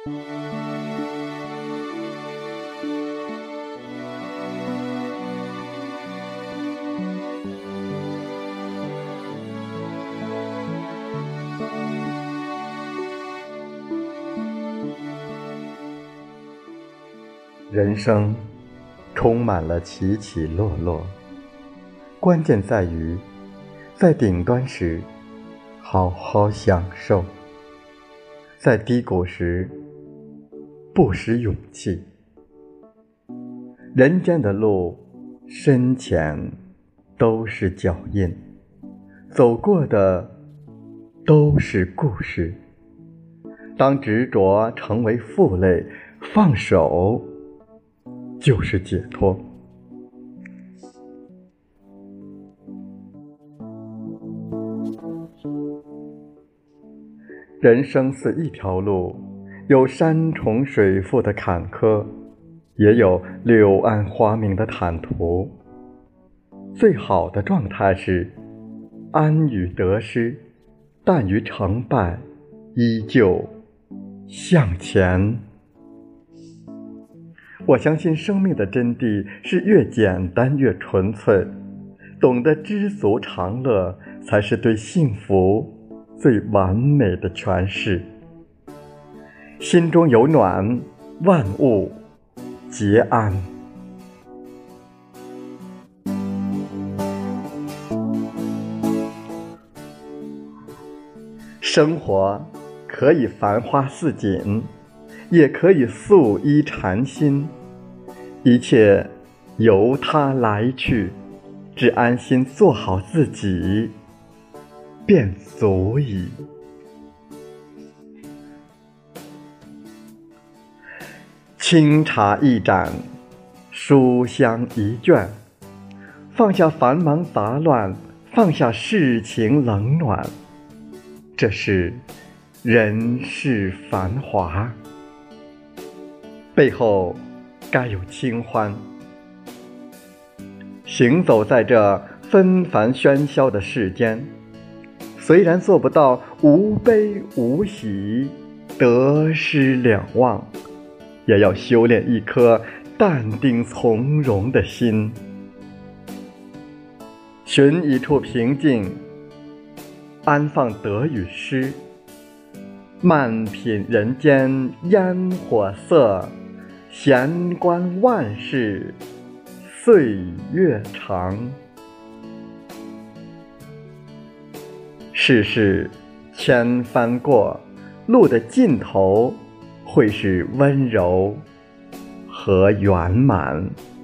人生充满了起起落落，关键在于在顶端时好好享受，在低谷时不失勇气。人间的路深浅都是脚印，走过的都是故事。当执着成为负累，放手就是解脱。人生似一条路，有山重水复的坎坷，也有柳暗花明的坦途。最好的状态是安于得失，淡于成败，依旧向前。我相信生命的真谛是越简单越纯粹，懂得知足常乐，才是对幸福最完美的诠释。心中有暖，万物皆安。生活可以繁花似锦，也可以素衣禅心，一切由它来去，只安心做好自己便足矣。清茶一盏，书香一卷，放下繁忙杂乱，放下世情冷暖，这是人世繁华，背后该有清欢。行走在这纷繁喧嚣的世间，虽然做不到无悲无喜，得失两忘，也要修炼一颗淡定从容的心。寻一处平静，安放得与失，慢品人间烟火色，闲观万事岁月长。世事千帆过，路的尽头会是温柔和圆满。